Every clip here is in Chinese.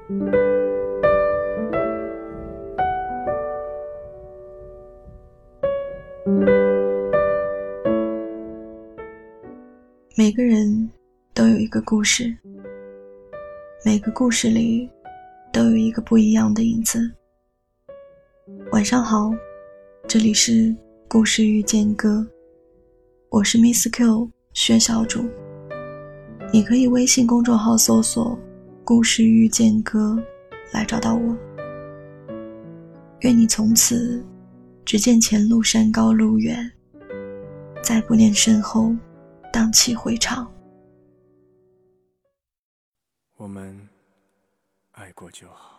每个人都有一个故事，每个故事里都有一个不一样的影子。晚上好，这里是故事遇见歌，我是 Miss Q 薛小主。你可以微信公众号搜索故事遇见歌来找到我。愿你从此只见前路山高路远，再不念身后荡气回肠。 我们爱过就好。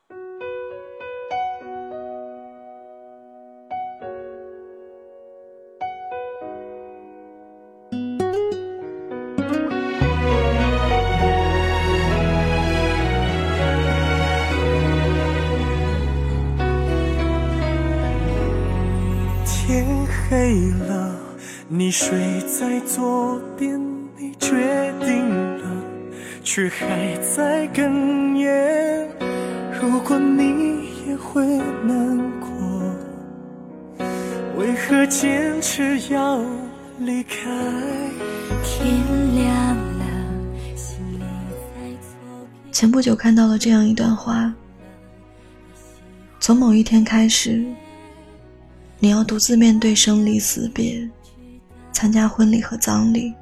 天黑了，你睡在左边，你决定了，却还在哽咽。如果你也会难过，为何坚持要离开？ 天亮了，心里在左边。 前不久看到了这样一段话，从某一天开始，你要独自面对生离死别，参加婚礼和葬礼，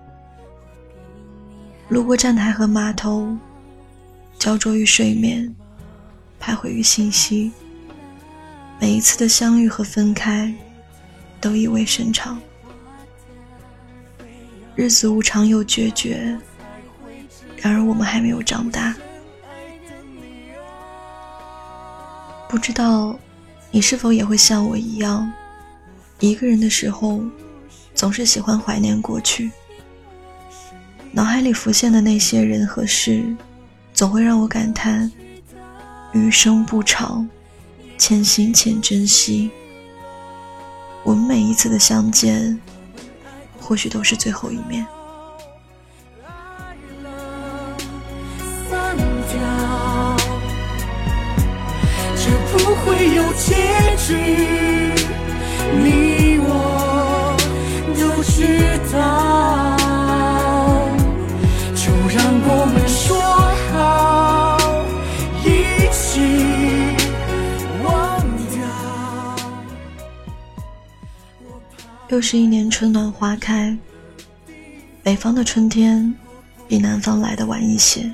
路过站台和码头，焦灼于睡眠，徘徊于信息，每一次的相遇和分开都意味深长。日子无常又决绝，然而我们还没有长大。不知道你是否也会像我一样，一个人的时候总是喜欢怀念过去，脑海里浮现的那些人和事，总会让我感叹余生不长，且行且珍惜。我们每一次的相见，或许都是最后一面。 这不会有结局，你我都知道，就让我们说好，一起忘掉。 又是一年春暖花开，北方的春天比南方来得晚一些。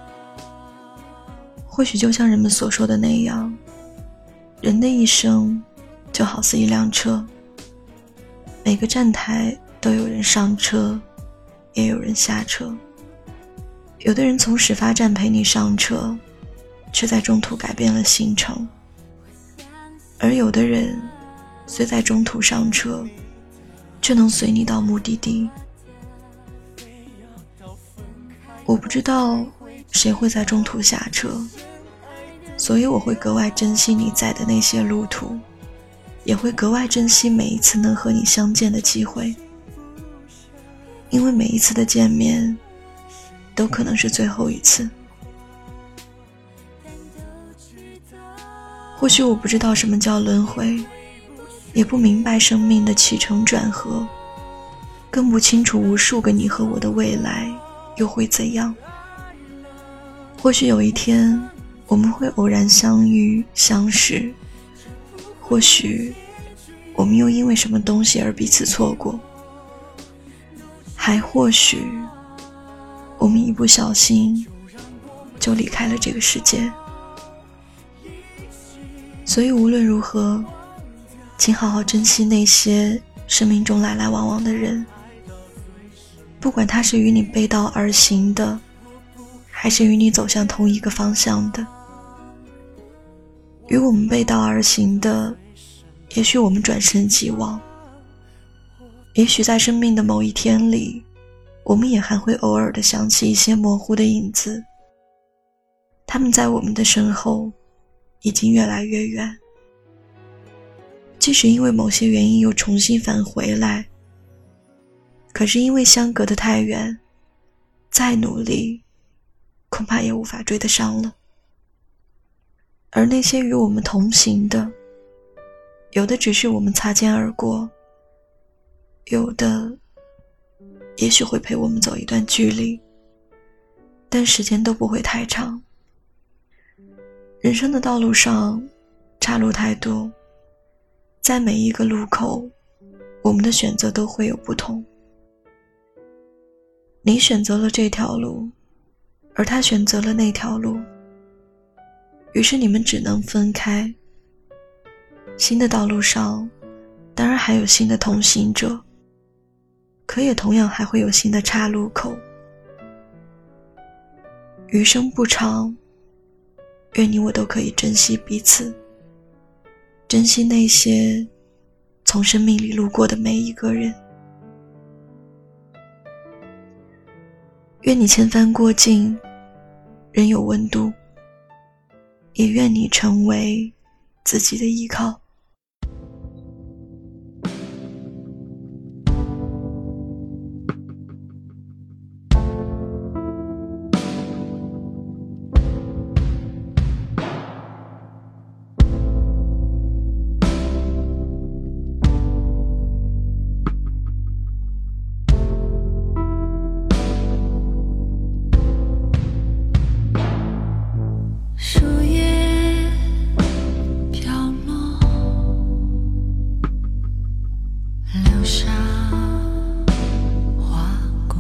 或许就像人们所说的那样，人的一生就好似一辆车，每个站台都有人上车，也有人下车。有的人从始发站陪你上车，却在中途改变了行程，而有的人虽在中途上车，却能随你到目的地。我不知道谁会在中途下车，所以我会格外珍惜你在的那些路途，也会格外珍惜每一次能和你相见的机会，因为每一次的见面都可能是最后一次。或许我不知道什么叫轮回，也不明白生命的起承转合，更不清楚无数个你和我的未来又会怎样。或许有一天我们会偶然相遇相识，或许我们又因为什么东西而彼此错过，还或许我们一不小心就离开了这个世界。所以无论如何，请好好珍惜那些生命中来来往往的人，不管他是与你背道而行的，还是与你走向同一个方向的。与我们背道而行的，也许我们转身即忘，也许在生命的某一天里，我们也还会偶尔地想起一些模糊的影子，他们在我们的身后已经越来越远。即使因为某些原因又重新返回来，可是因为相隔得太远，再努力恐怕也无法追得上了。 而那些与我们同行的，有的只是我们擦肩而过，有的也许会陪我们走一段距离，但时间都不会太长。人生的道路上岔路太多，在每一个路口，我们的选择都会有不同。你选择了这条路，而他选择了那条路，于是你们只能分开。新的道路上当然还有新的同行者，可也同样还会有新的岔路口。余生不长，愿你我都可以珍惜彼此，珍惜那些从生命里路过的每一个人。愿你千帆过尽，仍有温度，也愿你成为自己的依靠。 树叶飘落，流沙划过，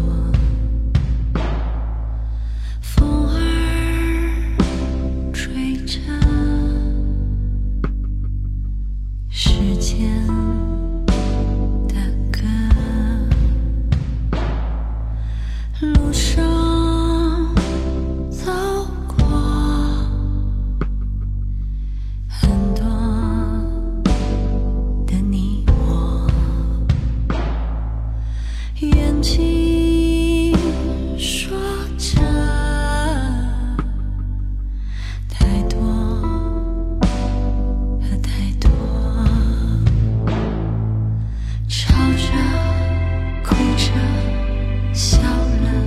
风儿吹着，时间的歌，路上眼睛说着太多和太多，吵着哭着笑了，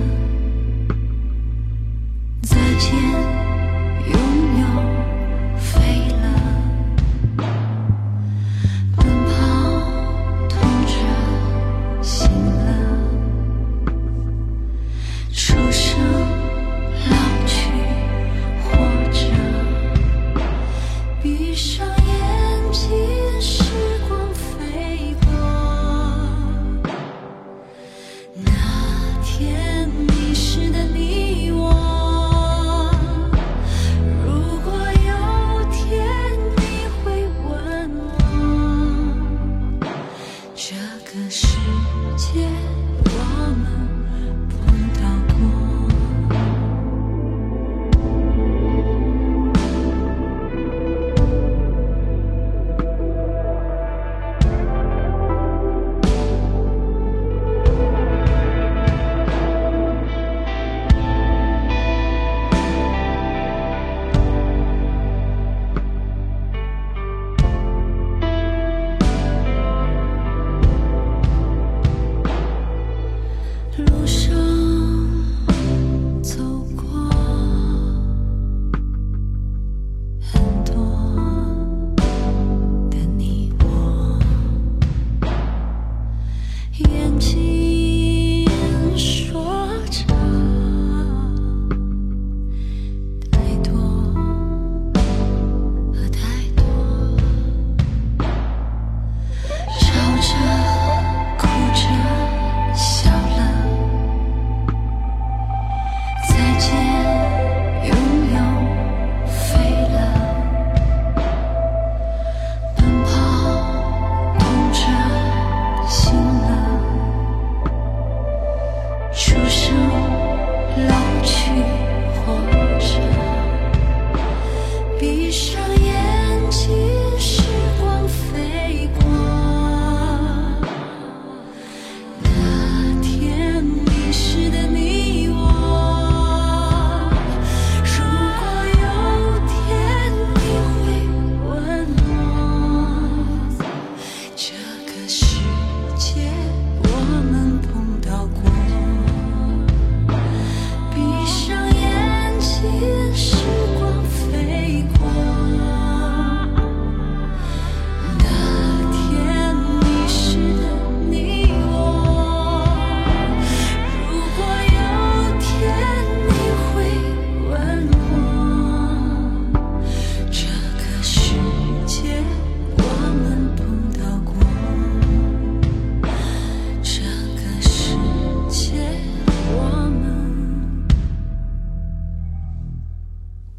再见拥有飞了，奔跑痛着醒了，出生老去活着，闭上眼睛时光飞过，那天迷失的你我，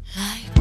来吧。